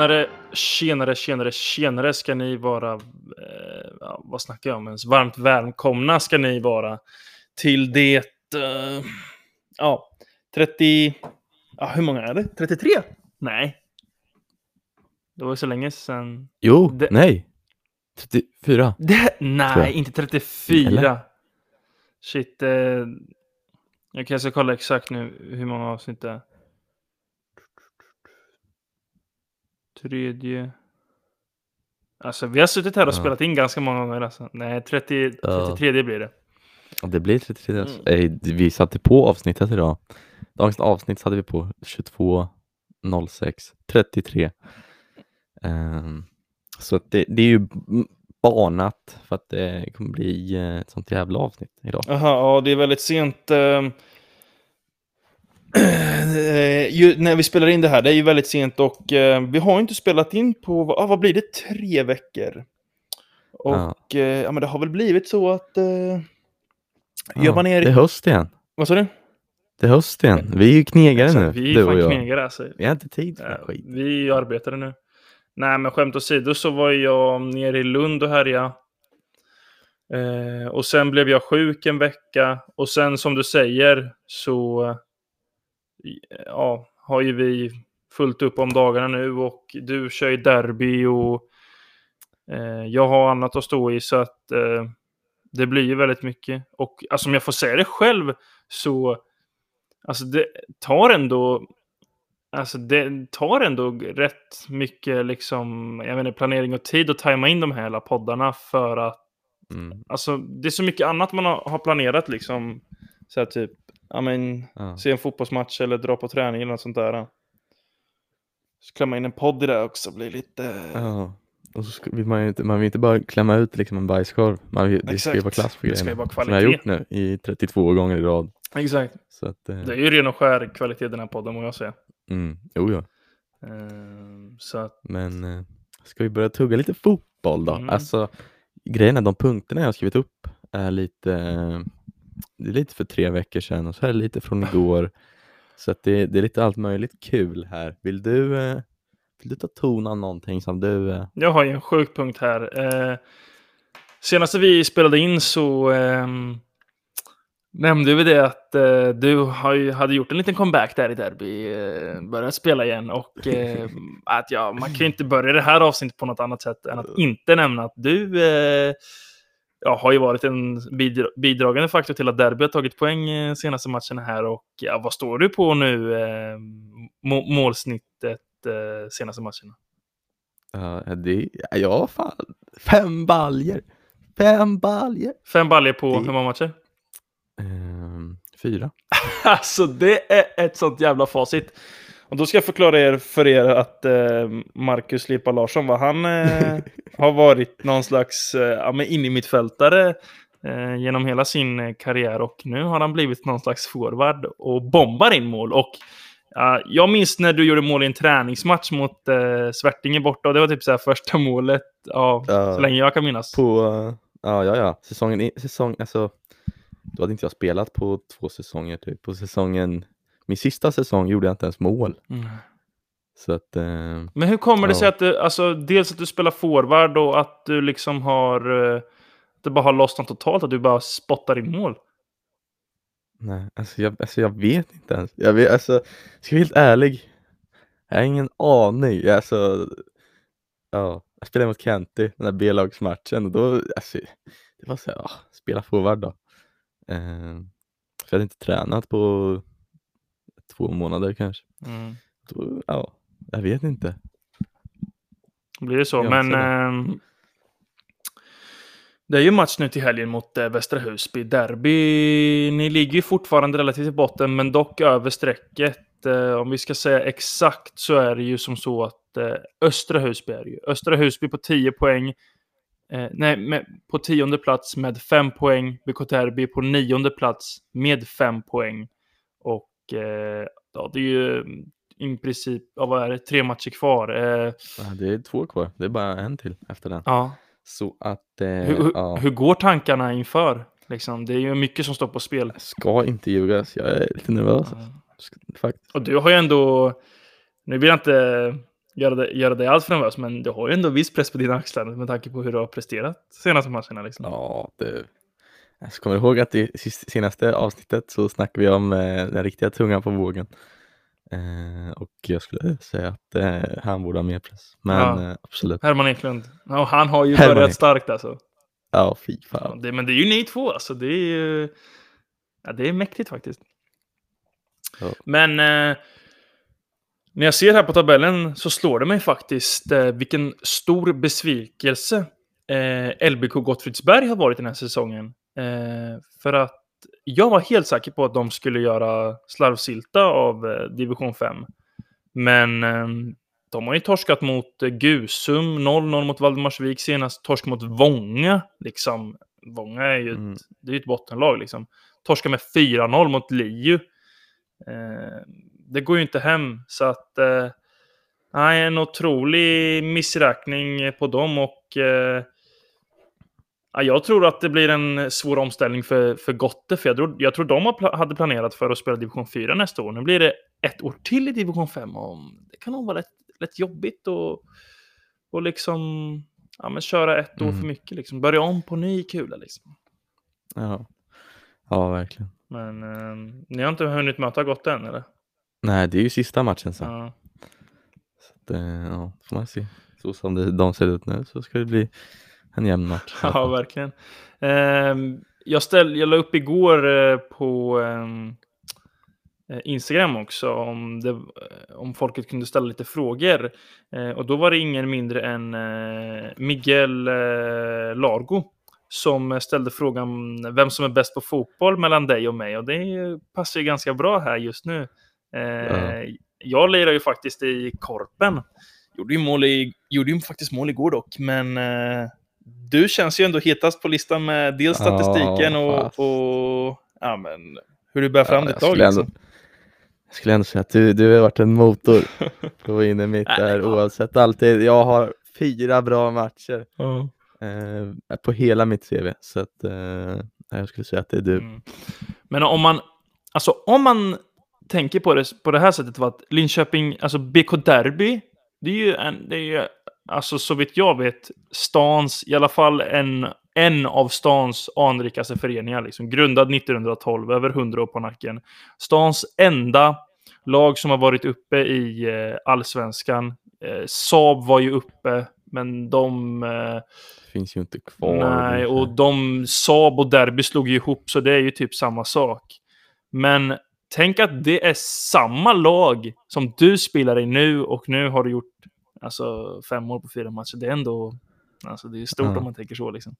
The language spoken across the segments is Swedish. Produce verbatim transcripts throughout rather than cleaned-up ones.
Tjenare, tjenare, tjenare, tjenare ska ni vara, eh, ja, vad snackar jag om ens? Varmt välkomna ska ni vara till det, eh, ja, trettio, ja hur många är det? trettiotre? Nej. Det var ju så länge sedan. Jo, det, nej. trettiofyra. Det, nej, inte trettiofyra. Eller? Shit, eh, jag kanske ska kolla exakt nu hur många avsnitt det är. Tredje. Alltså vi har suttit här och Ja. spelat in ganska många gånger alltså. Nej, trettio, trettiotre blir det. Ja, det blir trettiotre. Mm. Mm. Vi satte på avsnittet idag. Dagens avsnitt hade vi på tjugotvå noll sex trettiotre. Um, så att det, det är ju banat för att det kommer bli ett sånt jävla avsnitt idag. Jaha, ja det är väldigt sent. Eh, ju, när vi spelar in det här, det är ju väldigt sent och eh, vi har ju inte spelat in på, ah, vad blir det, tre veckor. Och Ja. eh, ja, men det har väl blivit så att eh, Ja, jobba ner. det är höst igen. Vad sa du? Det är höst igen. Vi är ju knegare Exakt, nu, vi är du fan och jag. knegare alltså. Vi har inte tid för Ja, skit. vi arbetade nu. Nej, men skämt åsido så var jag nere i Lund och härja. Eh, och sen blev jag sjuk en vecka. Och sen som du säger så ja, har ju vi fullt upp om dagarna nu. Och du kör ju derby och eh, jag har annat att stå i. Så att eh, det blir ju väldigt mycket. Och alltså, om jag får säga det själv så alltså det tar ändå alltså det tar ändå rätt mycket liksom, jag menar, planering och tid att tajma in de här hela poddarna för att Mm. alltså det är så mycket annat man har, har planerat liksom, så här typ ja men Ja. se en fotbollsmatch eller dra på träning eller något sånt där. Så klämma in en podd i det också blir lite Ja. Och så ska, vill man ju inte, man vill inte bara klämma ut liksom en bajskorv. Man vill, det ska ju Exakt. vara klass på Det ska ju grejerna. vara Som jag har kvalitet. gjort nu i trettiotvå gånger i rad. Exakt. Så att, eh, Det är ju ren och skär kvalitet i den här podden, må jag säga. mm, jo, ja. Ehm, så att Men eh, ska vi börja tugga lite fotboll då? Mm. Alltså, grejen är, de punkterna jag har skrivit upp är lite, eh, det är lite för tre veckor sedan och så är det lite från igår. Så att det, det är lite allt möjligt kul här. Vill du, eh, vill du ta ton av någonting som du... Eh... jag har ju en sjuk punkt här. Eh, senast vi spelade in så ehm, nämnde vi det att eh, du har ju, hade gjort en liten comeback där i derby, eh, börjat spela igen och eh, att ja, man kan ju inte börja det här avsnittet på något annat sätt än att inte nämna att du eh, ja, har ju varit en bidra- bidragande faktor till att derby har tagit poäng eh, senaste matchen här och ja, vad står du på nu eh, må- målsnittet eh, senaste matchen? Ja, det, ja, fan. Fem baljer. Fem baljer. Fem baljer på Det- hur många matcher? Ehm, fyra. Alltså det är ett sånt jävla facit. Och då ska jag förklara er för er att eh, Marcus Lipa Larsson, vad han eh, har varit någon slags eh, ja, men in i mittfältare eh, genom hela sin eh, karriär. Och nu har han blivit någon slags forward och bombar in mål. Och ja, jag minns när du gjorde mål i en träningsmatch mot eh, Svärtinge borta. Och det var typ så här första målet ja, Ja. så länge jag kan minnas. På, uh, ja, ja, ja. Säsongen, i- säsong, alltså, då hade inte jag spelat på två säsonger typ. På säsongen, min sista säsong gjorde jag inte ens mål. Mm. Så att, eh, Men hur kommer det Ja. sig att du, alltså dels att du spelar forward och att du liksom har, eh, det bara har lossnat totalt, att du bara spottar in mål? nej, alltså jag, alltså jag vet inte ens. Jag vet, alltså, ska jag vara helt ärlig. Jag har ingen aning. Alltså, ja, jag spelade mot Kenty, den där B-lagsmatchen. Och då, alltså, det var så här, ah, spela forward då. Eh, för jag hade inte tränat på två månader kanske. Mm. Då, ja, jag vet inte. Blir det så? Jag Men ser ehm, det är ju match nu till helgen mot eh, Västra Husby. Derby, ni ligger ju fortfarande relativt i botten, men dock över strecket. Eh, om vi ska säga exakt så är det ju som så att eh, Östra Husby är det ju. Östra Husby på tio poäng. Eh, nej, med, på tionde plats med fem poäng. B K Derby på nionde plats med fem poäng. Och eh, ja, det är ju i princip, ja, vad är det, tre matcher kvar. Eh, Ja, det är två kvar. Det är bara en till efter den. ja. Så att, eh, Hur, hur, ja, hur går tankarna inför? Liksom, det är ju mycket som står på spel. jag ska inte ljuga. Så jag är lite nervös. Ja. Ska- Faktiskt. Och du har ju ändå, nu vill jag inte göra det, göra det allt för nervös, men du har ju ändå viss press på dina axlar med tanke på hur du har presterat senaste matcherna liksom. Ja, det... Jag kommer ihåg att i senaste avsnittet så snackade vi om eh, den riktiga tungan på vågen. Eh, och jag skulle säga att eh, han borde ha mer press. Men Ja. eh, absolut. Herman Eklund. Ja, han har ju Herman börjat Eklund. starkt alltså. Ja, fy fan. Ja, det, men det är ju ni två alltså. Det är ju... Ja, det är mäktigt faktiskt. Ja. Men eh, när jag ser här på tabellen så slår det mig faktiskt eh, vilken stor besvikelse eh, L B K Gottfridsberg har varit den här säsongen. Eh, för att jag var helt säker på att de skulle göra slarvsylta av eh, division fem. Men eh, de har ju torskat mot eh, Gusum, noll noll mot Valdemarsvik senast, torsk mot Vånga. Liksom. Vånga är ju Mm. ett, det är ju ett bottenlag. Liksom. Torska med fyra noll mot Liu. Eh, det går ju inte hem. Så att eh, nej, en otrolig missräkning på dem. Och eh, ja, jag tror att det blir en svår omställning för, för Gotte. För jag tror, jag tror de har pla- hade planerat för att spela division fyra nästa år. Nu blir det ett år till i division fem. Och det kan nog vara rätt, rätt jobbigt och, och liksom ja, men köra ett år Mm. för mycket. Liksom. Börja om på ny kula liksom. Ja. Ja, verkligen. Men eh, ni har inte hunnit möta Gotte än, eller? Nej, det är ju sista matchen så. Ja. Så att, eh, ja, får man se. Så som det, de ser ut nu så ska det bli en jämn match. Ja, verkligen. Eh, jag, ställ, jag la upp igår eh, på eh, Instagram också om, det, om folket kunde ställa lite frågor. Eh, och då var det ingen mindre än eh, Miguel eh, Largo som ställde frågan vem som är bäst på fotboll mellan dig och mig. Och det passar ju ganska bra här just nu. Eh, Ja. Jag lirar ju faktiskt i Korpen. Gjorde ju, mål i, gjorde ju faktiskt mål igår dock, men eh, du känns ju ändå hetast på listan med dels statistiken Ja, och, fast. och ja, men, hur du bär fram Ja, ditt jag lag. skulle Liksom. ändå- Jag skulle ändå säga att du, du har varit en motor på in i mitt Nej, där ja. oavsett alltid. Jag har fyra bra matcher Ja. eh, på hela mitt C V. Så att eh, jag skulle säga att det är du. Mm. Men om man, alltså om man tänker på det på det här sättet, var att Linköping, alltså B K Derby, det är ju en, det är ju, alltså så vitt jag vet, stans, i alla fall en, en av stans anrikaste föreningar, liksom, grundad nittonhundratolv, över hundra år på nacken. Stans enda lag som har varit uppe i eh, allsvenskan. Eh, Saab var ju uppe, men de... Eh, Finns ju inte kvar. nej, kanske. och de Saab och Derby slog ju ihop, så det är ju typ samma sak. Men tänk att det är samma lag som du spelar i nu, och nu har du gjort alltså fem år på fyra matcher. Det är ändå, alltså det är stort Ja. om man tänker så liksom.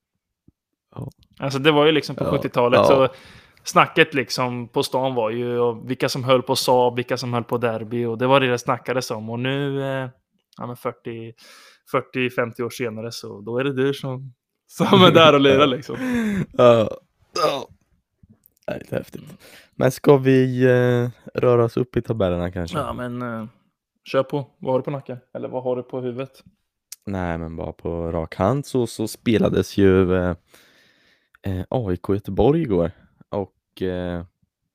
Ja. Alltså det var ju liksom på Ja. sjuttiotalet Ja. så snacket liksom på stan var ju och vilka som höll på Saab, vilka som höll på Derby, och det var det det snackades om. Och nu eh, ja, men fyrtio fyrtio femtio år senare, så då är det du som, som är där och lirar liksom. Ja. Ja. Det är lite häftigt. Men ska vi eh, röra oss upp i tabellerna kanske? Ja, men eh, kör på. Vad har du på nacken? Eller vad har du på huvudet? Nej, men bara på rak hand så, så spelades ju eh, eh, A I K Göteborg igår. Och eh,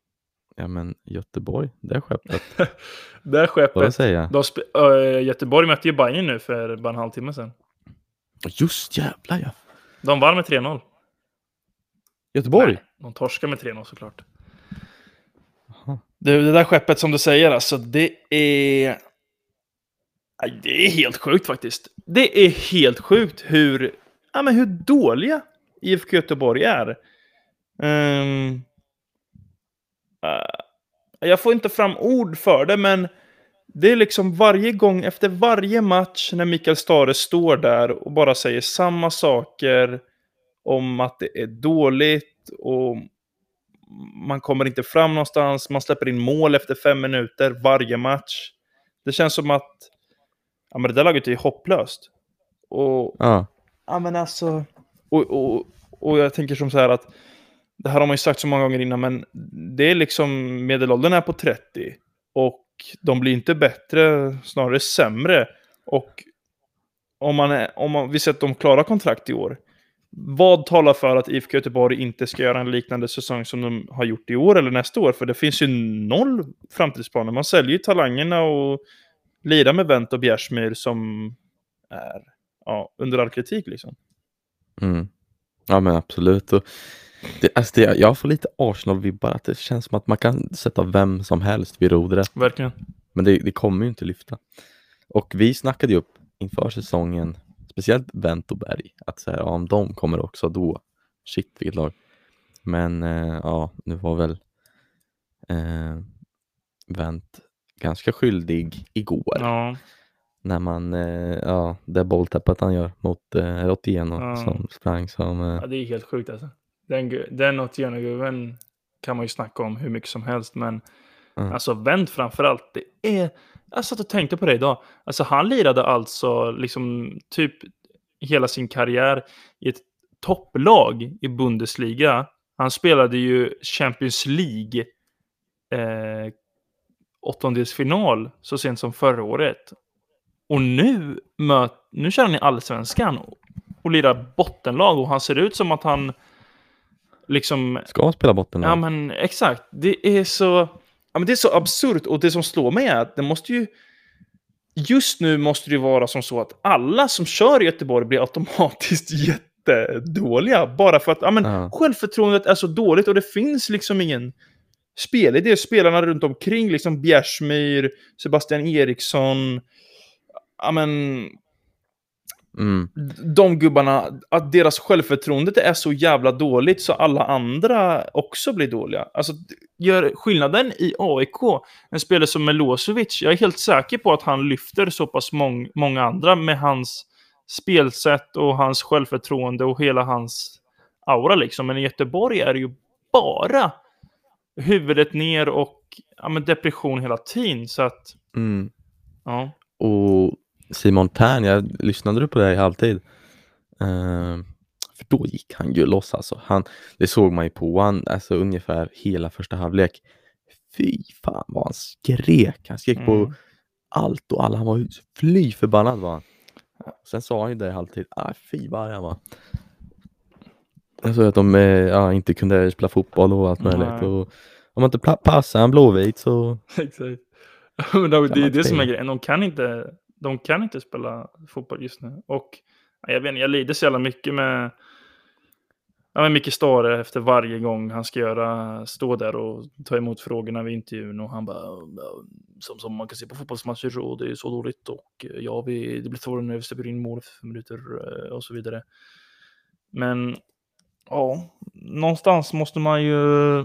ja men Göteborg, det är skeppet. Det är Vad skeppet. säga? De spe- äh, Göteborg mötte ju Bayern nu för bara en halvtimme sedan. Just jävlar ja. De vann med tre noll. Göteborg? Nej, de torskar med tre noll såklart. Jaha. Det, det där skeppet som du säger, alltså det är... Nej, det är helt sjukt faktiskt. Det är helt sjukt hur, ja, men hur dåliga I F K Göteborg är. Um, uh, jag får inte fram ord för det, men det är liksom varje gång, efter varje match, när Mikael Stare står där och bara säger samma saker om att det är dåligt och man kommer inte fram någonstans, man släpper in mål efter fem minuter varje match. Det känns som att ja, men det där laget är hopplöst. Och Ja. ja, men alltså och, och, och jag tänker som så här att det här har man ju sagt så många gånger innan, men det är liksom medelåldern är på trettio och de blir inte bättre, snarare sämre. Och om man är, om man vi ser att de klarar kontrakt i år, vad talar för att I F K Göteborg inte ska göra en liknande säsong som de har gjort i år eller nästa år? För det finns ju noll framtidsplaner. Man säljer ju talangerna och lira med Wendt och Bjärsmyr som är ja, under all kritik liksom. Mm. Ja men absolut. Och det, alltså det, jag får lite Arsenal-vibbar att det känns som att man kan sätta vem som helst vid rodret. Verkligen. Men det, det kommer ju inte lyfta. Och vi snackade ju upp inför säsongen, speciellt Wendt och Berg, att så här, ja, om de kommer också då, shit vilket lag. Men eh, ja, nu var väl eh, Wendt ganska skyldig igår. Ja. När man, eh, ja, det bolltappet han gör mot eh, Otieno Ja. som sprang som... Eh, Ja, det är helt sjukt alltså. Den, gu- den Otieno-gubben kan man ju snacka om hur mycket som helst, men Mm. alltså Wendt framförallt, det är... Jag satt och tänkte på det idag. Alltså han lirade alltså liksom typ hela sin karriär i ett topplag i Bundesliga. Han spelade ju Champions League eh, åttondelsfinal så sent som förra året. Och nu, möt, nu kör han i Allsvenskan och, och lirar bottenlag och han ser ut som att han liksom... Ska spela botten. Ja men exakt, det är så... Ja men det är så absurt och det som slår mig är att det måste ju... Just nu måste det ju vara som så att alla som kör i Göteborg blir automatiskt jättedåliga. Bara för att ja, men, Ja. självförtroendet är så dåligt och det finns liksom ingen spelidé. Spelarna runt omkring, liksom Bjärsmyr, Sebastian Eriksson, ja men... Mm. De gubbarna, att deras självförtroende är så jävla dåligt så alla andra också blir dåliga. Alltså, gör skillnaden i A I K, en spelare som Milosevic, jag är helt säker på att han lyfter så pass mång, många andra med hans spelsätt och hans självförtroende och hela hans aura liksom. Men i Göteborg är det ju bara huvudet ner och ja, men depression hela tiden, så att Mm. ja. Och Simon Tern, jag lyssnade du på det i halvtid? Uh, för då gick han ju loss alltså. Han, det såg man ju på han, alltså ungefär hela första halvlek. Fy fan vad han skrek. Han skrek Mm. på allt och alla. Han var ju fly förbannad var han. Sen sa han ju det i halvtid. Ah, fy vad han var. Jag såg att de eh, ja, inte kunde spela fotboll och allt möjligt. Nej. Och om man inte pla- passar en blåvit så... Exakt. Men det, det är man det som är säga. grejen. De kan inte, de kan inte spela fotboll just nu. Och ja, jag vet inte, jag lider så jävla mycket med ja, med Micke Stare efter varje gång han ska göra, stå där och ta emot frågorna vid intervjun. Och han bara, ja, som, som man kan se på fotbollsmatcher, och det är så dåligt. Och ja, vi, det blir svårare när vi släpper in mål för fem minuter eh, och så vidare. Men ja, någonstans måste man ju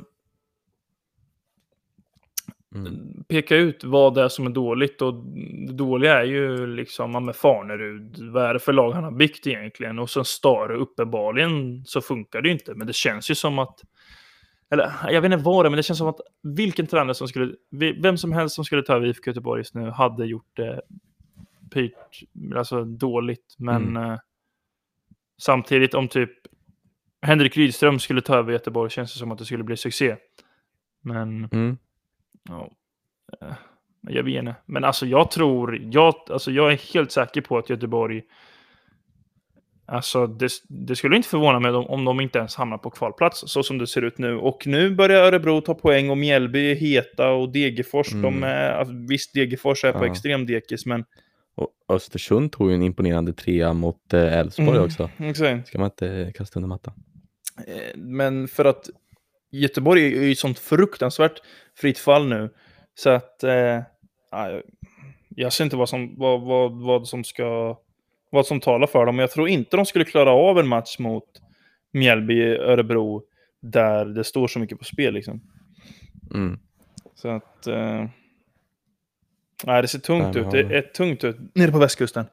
Mm. peka ut vad det är som är dåligt, och det dåliga är ju liksom ja, med Farnerud, vad är det för lag han har byggt egentligen, och sen Stare uppenbarligen så funkar det ju inte, men det känns ju som att, eller jag vet inte vad det är, men det känns som att vilken tränare som skulle, vem som helst som skulle ta över I F K Göteborg just nu hade gjort det pyrt, alltså dåligt, men Mm. eh, samtidigt om typ Henrik Rydström skulle ta över Göteborg känns det som att det skulle bli succé, men Mm. ja, eh, jag vet inte. Men alltså jag tror, jag, alltså jag är helt säker på att Göteborg, alltså det, det skulle inte förvåna mig om, om de inte ens hamnar på kvalplats så som det ser ut nu. Och nu börjar Örebro ta poäng och Mjällby är heta och Degerfors, Mm. de är, alltså, visst Degerfors är på Ja. extrem dekis, men Och Östersund tog ju en imponerande trea mot eh, Elfsborg Mm, också. exakt. Ska man inte kasta under mattan. Eh, Men för att Göteborg är ju i sånt fruktansvärt fritt fall nu. Så att eh, ja, jag- jag ser inte vad som, vad, vad, vad som ska vad som talar för dem. Men jag tror inte de skulle klara av en match mot Mjällby, Örebro, där det står så mycket på spel liksom. Mm. Så att eh, nej, det ser tungt Nej, ut. men Det är tungt ut nere på västkusten.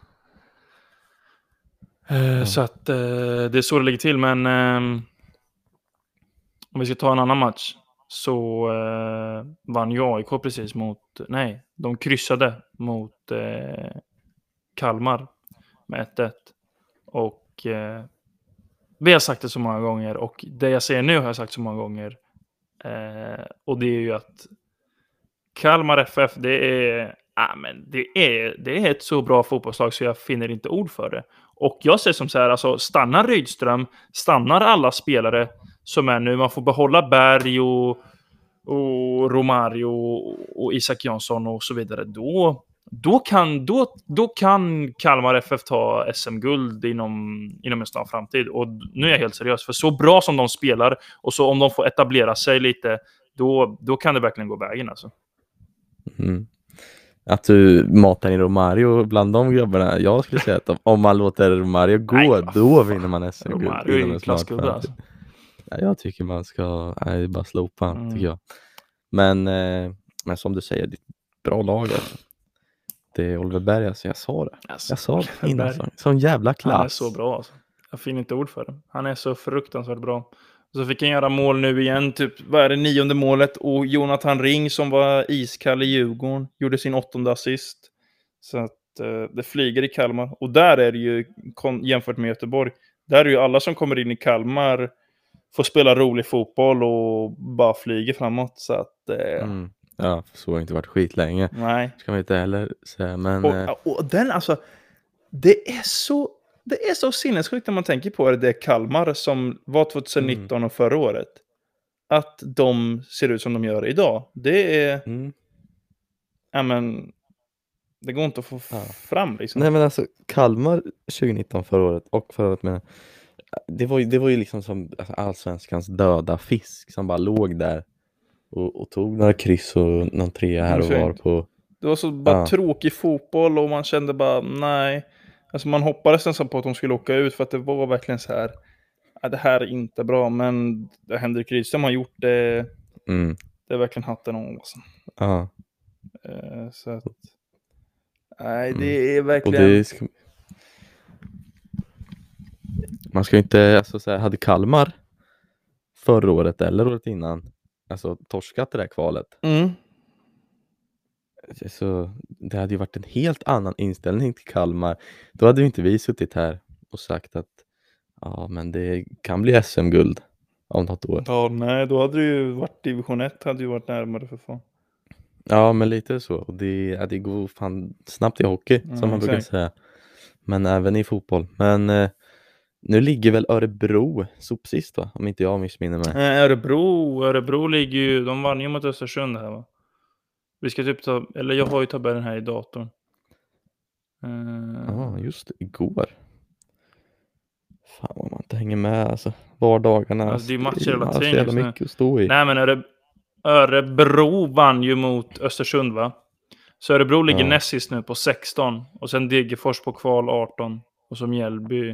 Eh, Ja. Så att eh, det är så det ligger till. Men ehm, om vi ska ta en annan match så eh, vann ju A I K precis mot, nej, de kryssade mot eh, Kalmar med ett ett. Och eh, vi har sagt det så många gånger, och det jag säger nu har jag sagt så många gånger. Eh, och det är ju att Kalmar F F, det är, ah, men det är, det är ett så bra fotbollslag så jag finner inte ord för det. Och jag säger som så här, alltså stannar Rydström, stannar alla spelare som är nu, man får behålla Berg och, och Romario och Isak Jansson och så vidare, då, då kan, då, då kan Kalmar F F ta S M-guld inom, inom en snar framtid. Och nu är jag helt seriös, för så bra som de spelar och så om de får etablera sig lite, då, då kan det verkligen gå vägen alltså. Mm. Att du matar in Romario bland de grabbarna, jag skulle säga att om man låter Romario gå, nej, då vinner man S M-guld. Romario är ju klassgubbe alltså. Ja, jag tycker man ska, nej, bara slopa han, Mm. tycker jag. Men, eh, men som du säger, det är ett bra lag alltså. Det är Oliver Berg, alltså jag sa det. Alltså, jag sa det innan, så, sån jävla klass. Han är så bra alltså. Jag finner inte ord för det. Han är så fruktansvärt bra. Så fick han göra mål nu igen, typ, vad är det, nionde målet. Och Jonathan Ring som var iskall i Djurgården gjorde sin åttonde assist. Så att eh, det flyger i Kalmar. Och där är det ju, jämfört med Göteborg, där är ju alla som kommer in i Kalmar får spela rolig fotboll och bara flyger framåt. Så att... Eh, mm. Ja, så har det inte varit skit länge. Nej. Ska man inte heller säga, men... Och, eh... och den, alltså, det är så... Det är så sinnessjukt när man tänker på det, det Kalmar som var tjugonitton mm. och förra året. Att de ser ut som de gör idag. Det är... Mm. Ja, men... Det går inte att få ja. fram liksom. Nej, men alltså, Kalmar tjugonitton förra året och förra året med... Det var ju, det var ju liksom som alltså, allsvenskans döda fisk som bara låg där och, och tog några kryss och någon trea här och var på... Det var så bara ja. tråkig fotboll och man kände bara, nej... Alltså man hoppades nästan på att de skulle åka ut för att det var verkligen så här, ja, det här är inte bra, men det Henrik Rydström har gjort det, mm. det är verkligen hatten om. Alltså. Ja. Uh, så att, nej, det är verkligen... Och det ska... Man ska ju inte, alltså så här, hade Kalmar förra året eller året innan, alltså torskat det där kvalet. Mm. Så det hade ju varit en helt annan inställning till Kalmar. Då hade ju inte vi suttit här och sagt att ja, men det kan bli S M-guld om något år. Ja, nej, då hade det ju varit division ett, hade ju varit närmare för fan. Ja, men lite så. Och det, ja, det går fan snabbt i hockey, mm, som man brukar exakt. säga. Men även i fotboll. Men eh, nu ligger väl Örebro sopsist, va? Om inte jag missminner mig. Nej, Örebro, Örebro ligger ju, de vann ju mot Östersund här, va? Vi ska typ ta, eller jag har ju tabellen här i datorn. Ja, uh... ah, just det, igår. Fan vad man inte hänger med alltså. Vardagarna. Alltså, det är matcher hela tiden. Alltså, mycket att stå i. Nej, men Öre... Örebro vann ju mot Östersund, va? Så Örebro ligger ja. näst sist nu på sexton. Och sen Degerfors på kval arton. Och som Mjällby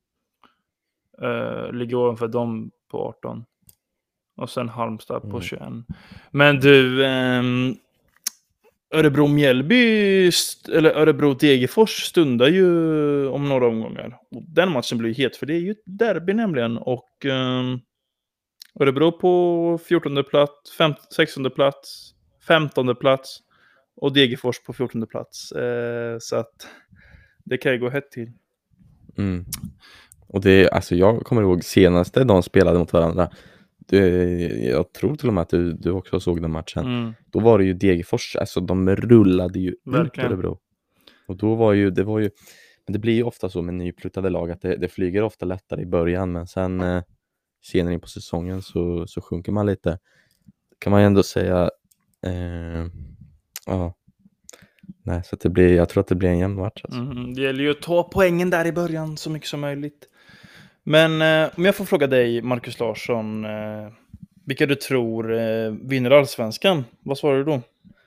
uh, ligger ovanför dem på arton. Och sen Halmstad på mm. tjugoett. Men du... Um... Örebro-Mjällby eller Örebro-Degerfors stundar ju om några omgångar. Och den matchen blir het, för det är ju ett derby nämligen. Och um, Örebro på fjortonde plats, sextonde plats, femtonde plats och Degerfors på fjortonde plats. Eh, så att det kan ju gå hett till. Mm. Och det, alltså jag kommer ihåg senaste de spelade mot varandra. Jag tror till och med att du, du också såg den matchen. Mm. Då var det ju Degerfors, alltså de rullade ju verkligen ut Örebro. Och då var ju, det var ju, men det blir ju ofta så med nypluttade lag att det, det flyger ofta lättare i början, men sen eh, senare in på säsongen så, så sjunker man lite. Kan man ju ändå säga eh, ja. Nej, så att det blir, jag tror att det blir en jämn match alltså. Mm, det gäller ju att ta poängen där i början så mycket som möjligt. Men eh, om jag får fråga dig, Marcus Larsson, eh, vilka du tror eh, vinner Allsvenskan? Vad svarar du då?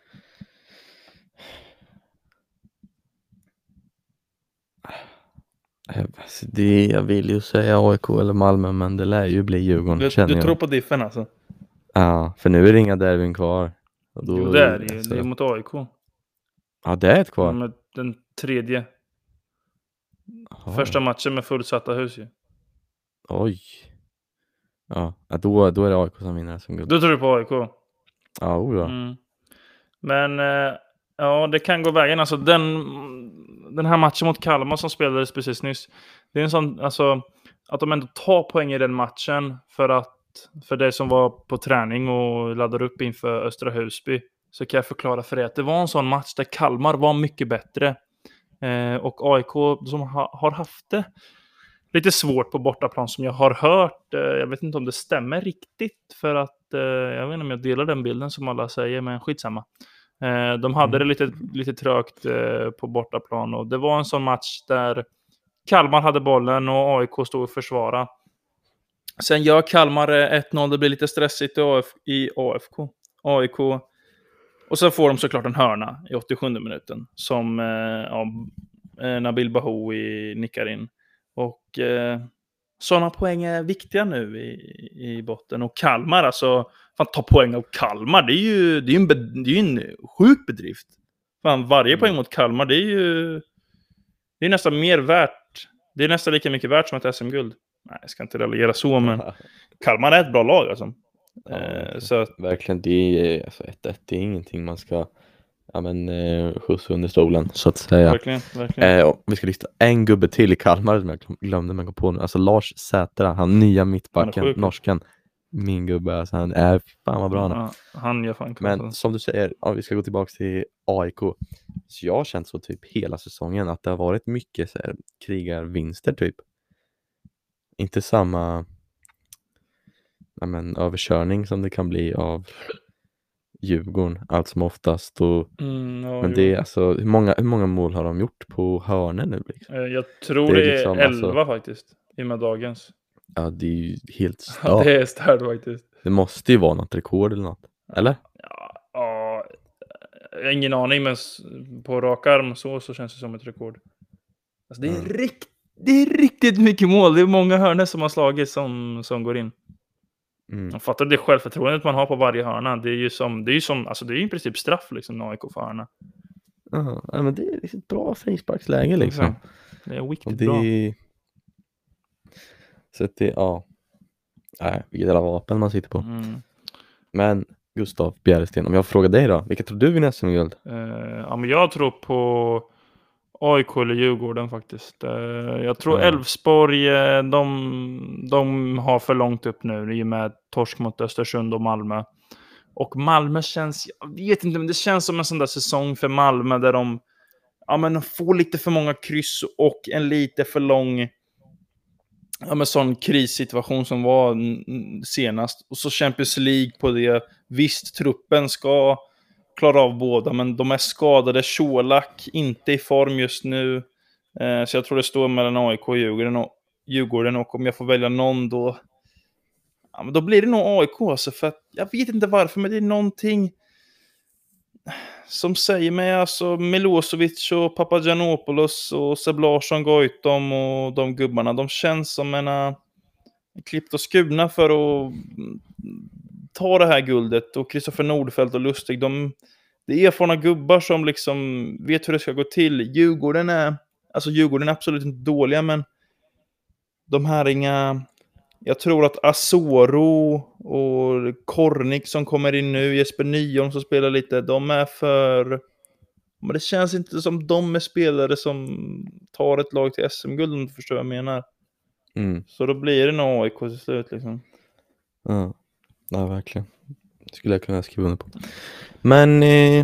Alltså det, jag vill ju säga A I K eller Malmö, men det lär ju bli Djurgården. Du, känner du jag. tror på diffen alltså? Ja, för nu är det inga derbyn kvar. Och då, jo, det är det ju. Det är mot A I K. Ja, det är ett kvar. Med den tredje. Aha. Första matchen med fullsatta hus ju. Oj. Ja, då, då är det A I K som vinner som guld. Då tror du på A I K? Ja, oja. Mm. Men ja, det kan gå vägen. Alltså den, den här matchen mot Kalmar som spelades precis nyss. Det är en sån, alltså att de ändå tar poäng i den matchen för att för det som var på träning och laddade upp inför Östra Husby, så kan jag förklara för dig att det var en sån match där Kalmar var mycket bättre. Eh, och A I K som ha, har haft det lite svårt på bortaplan som jag har hört. Eh, jag vet inte om det stämmer riktigt, för att eh, jag vet inte om jag delar den bilden som alla säger, men skitsamma. Eh, de hade Mm. det lite, lite trögt eh, på bortaplan. Och det var en sån match där Kalmar hade bollen och A I K stod och försvara. Sen gör Kalmar ett noll. Det blir lite stressigt i, A F, i A F K. A I K. Och så får de såklart en hörna i åttiosjunde minuten. Som eh, ja, Nabil Bahoui nickar in. Och eh, sådana poäng är viktiga nu i, i botten. Och Kalmar, alltså, fan, ta poäng av Kalmar, det är ju, det är ju en, det är en sjuk bedrift. Fan, varje mm. poäng mot Kalmar, det är ju det är nästan mer värt. Det är nästan lika mycket värt som ett S M-guld. Nej, jag ska inte reagera så, men Kalmar är ett bra lag alltså. Ja, eh, så att, verkligen, det är alltså ett ett, det är ingenting man ska ja, men, eh, skjuts under stolen, så att säga. Verkligen, verkligen. Eh, vi ska lista en gubbe till i Kalmar som jag glömde man gå på nu. Alltså Lars Sätra, han nya mittbacken, han norsken. Min gubbe, alltså, han är fan vad bra han är. Ja, han gör fan. Men som du säger, ja, vi ska gå tillbaka till A I K. Så jag har känt så typ hela säsongen att det har varit mycket så här, krigarvinster typ. Inte samma ja, men, överkörning som det kan bli av Djurgården allt som oftast. Och, mm, ja, men det är alltså, hur många, hur många mål har de gjort på hörnen nu? Liksom? Jag tror det är, det är liksom, elva alltså, faktiskt, i och med dagens. Ja, det är ju helt stört. Ja, det är stört faktiskt. Det måste ju vara något rekord eller något, eller? Ja, ja jag har ingen aning, men på rak arm så, så känns det som ett rekord. Alltså, det, är mm. rikt, det är riktigt mycket mål. Det är många hörnor som har slagit som, som går in. Mm. Jag fattar det självförtroendet man har på varje hörna. Det är ju som, det är ju som, alltså det är ju i princip straff liksom när A I K för hörna. Ja, men det är ett bra frisparksläge liksom. Okay. Det är riktigt det... bra. Så att det, ja. Nej, vilket jävla vapen man sitter på. Mm. Men Gustav Bjärresten, om jag frågar dig då, vilka tror du vinner S M-guld? Uh, ja, men jag tror på A I K eller Djurgården faktiskt. Uh, jag tror Elfsborg, uh, de, de har för långt upp nu i och med torsk mot Östersund och Malmö. Och Malmö känns, jag vet inte, men det känns som en sån där säsong för Malmö där de, ja, men får lite för många kryss och en lite för lång, ja, men sån krissituation som var senast. Och så Champions League på det. Visst, truppen ska klara av båda, men de är skadade. Colak inte i form just nu. Eh, så jag tror det står mellan A I K och Djurgården och, Djurgården, och om jag får välja någon då, ja, men då blir det nog A I K. Alltså, för att, jag vet inte varför, men det är någonting som säger mig, alltså Milosevic och Papagiannopoulos och Seb Larsson, Goitom och de gubbarna, de känns som en uh, klippt och skurna för att ta det här guldet. Och Kristoffer Nordfeldt och Lustig, de, det är erfarna gubbar som liksom vet hur det ska gå till. Djurgården är, alltså Djurgården är absolut inte dåliga, men de här inga, jag tror att Asoro och Kornik som kommer in nu, Jesper Nyholm som spelar lite, de är för, men det känns inte som de är spelare som tar ett lag till S M-guld, om du förstår vad jag menar. Mm. Så då blir det nog A I K till slut liksom. Ja, ja verkligen. Det skulle jag kunna skriva under på. Men eh,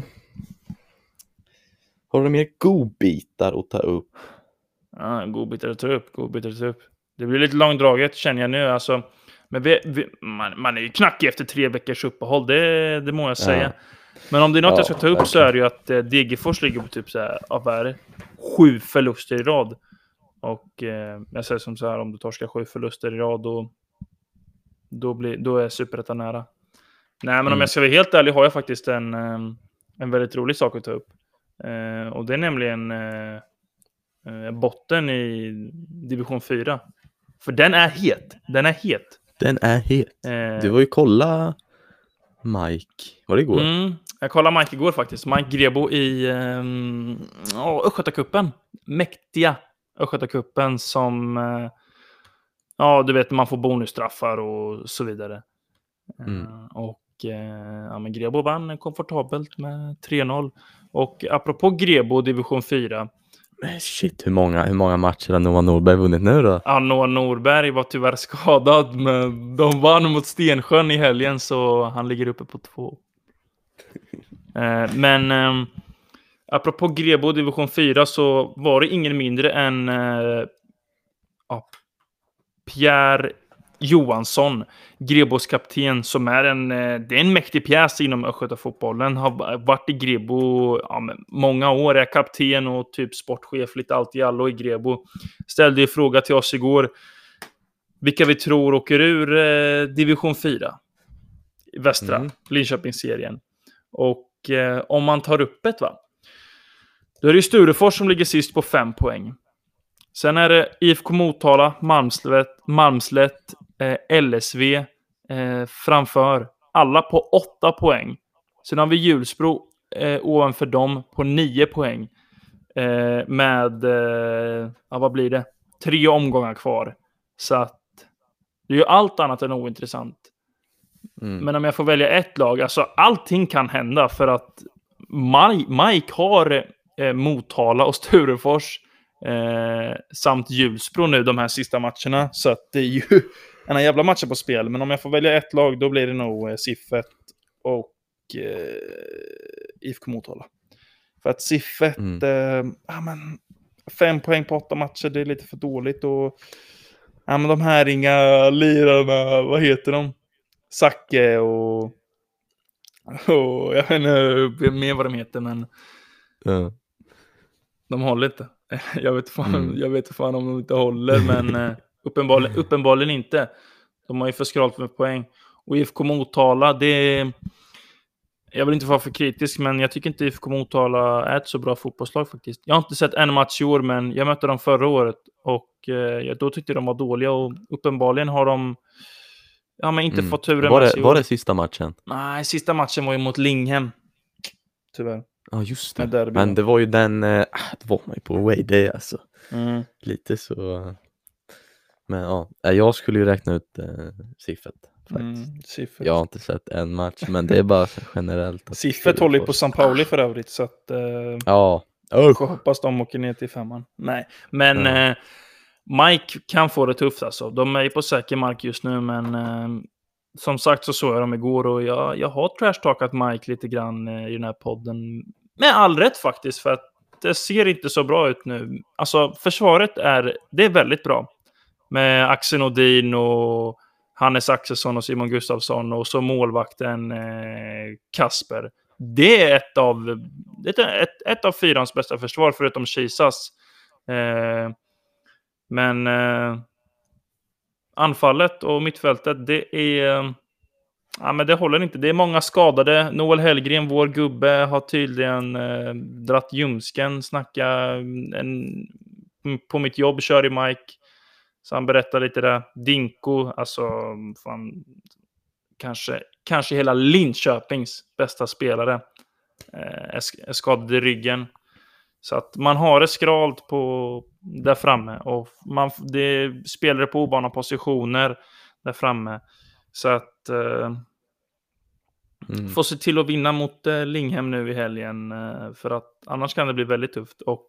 har du mer godbitar att ta upp? Ja, godbitar att ta upp, godbitar att ta upp. Det blir lite långdraget känner jag nu. Alltså, men vi, vi, man, man är ju knackig efter tre veckors uppehåll, det, det må jag säga. Ja. Men om det är något ja, jag ska ta upp verkligen. Så är det ju att eh, Degerfors ligger på typ så här, av är sju förluster i rad. Och eh, jag säger som så här, om du torskar sju förluster i rad, då, då, blir, då är Superettan nära. Nej, men mm. om jag ska vara helt ärlig har jag faktiskt en, en väldigt rolig sak att ta upp. Eh, och det är nämligen eh, botten i division fyra. För den är het. Den är het. Den är het. Eh, du var ju kolla Mike. Var det igår? Mm, jag kollade Mike igår faktiskt. Mike Grebo i um, oh, Östgötacupen. Mäktiga Östgötacupen som uh, ja, du vet, man får bonusstraffar och så vidare. Mm. Uh, och uh, ja, men Grebo vann komfortabelt med tre noll. Och apropå Grebo division fyra. Men shit, hur många, hur många matcher har Noah Norberg vunnit nu då? Ja, Noah Norberg var tyvärr skadad, men de vann mot Stensjön i helgen, så han ligger uppe på två. eh, men eh, apropå Grebo division fyra så var det ingen mindre än eh, ja, Pierre Johansson, Grebos kapten, som är en, det är en mäktig pjäs inom Östgötafotbollen. Har varit i Grebo ja, många år, är kapten och typ sportchef, lite allt i allo i Grebo. Ställde ju fråga till oss igår vilka vi tror åker ur eh, division fyra i västra mm. Linköpingsserien. Och eh, om man tar upp ett va, då är det Sturefors som ligger sist på fem poäng. Sen är det I F K Motala, Malmslätt, Malmslätt eh, L S V eh, framför. Alla på åtta poäng. Sen har vi Hjulsbro eh, ovanför dem på nio poäng. Eh, med, eh, ja, vad blir det? Tre omgångar kvar. Så att det är ju allt annat än ointressant. Mm. Men om jag får välja ett lag, alltså allting kan hända för att Mike har eh, Motala och Sturefors eh, samt Hjulsbro nu de här sista matcherna, så att det är ju en jävla matcher på spel. Men om jag får välja ett lag, då blir det nog eh, Siffet och eh, I F K Motala. För att Siffet mm. eh, ja, men, fem poäng på åtta matcher, det är lite för dåligt. Och ja, men de här inga lirarna, vad heter de? Sacke och, och jag vet inte mer vad de heter, men mm. de håller inte. Jag vet fan, mm. jag vet fan om de inte håller, men uppenbarligen, uppenbarligen inte. De har ju för skralt med poäng. Och I F K Motala, det är, jag vill inte vara för kritisk, men jag tycker inte I F K Motala är ett så bra fotbollslag faktiskt. Jag har inte sett en match i år, men jag mötte dem förra året och eh, då tyckte de var dåliga, och uppenbarligen har de ja, men inte mm. fått turen. Var det, var det sista matchen? Nej, sista matchen var ju mot Linghem. Tyvärr. Ja, just det. Men det var ju den, äh, det var man ju på away day alltså. Mm. Lite så. Men ja, jag skulle ju räkna ut äh, Siffet. Mm, Siffet. Jag har inte sett en match, men det är bara så generellt. Siffet håller ju på San Pauli för övrigt, så att äh, ja. Jag hoppas de åker ner till femman. Nej, men mm. äh, Mike kan få det tufft alltså. De är ju på säker mark just nu, men äh, som sagt så såg jag dem igår, och jag, jag har trashtalkat Mike lite grann äh, i den här podden. Med all rätt faktiskt, för att det ser inte så bra ut nu. Alltså försvaret är, det är väldigt bra. Med Axel Nordin och Hannes Axelsson och Simon Gustafsson, och så målvakten eh, Kasper. Det är ett av, ett, ett, ett av fyrans bästa försvar förutom Kisas. Eh, men eh, anfallet och mittfältet, det är ja, men det håller inte. Det är många skadade. Noel Hellgren, vår gubbe, har tydligen eh, dratt ljumsken. Snacka en, på mitt jobb kör i Mike. Så han berättar lite där. Dinko, alltså fan, kanske, kanske hela Linköpings bästa spelare eh, är, är skadad i ryggen. Så att man har det skralt på där framme, och man, det spelar på obana positioner där framme. Så att eh, mm. få se till att vinna mot eh, Linghem nu i helgen, eh, för att annars kan det bli väldigt tufft. Och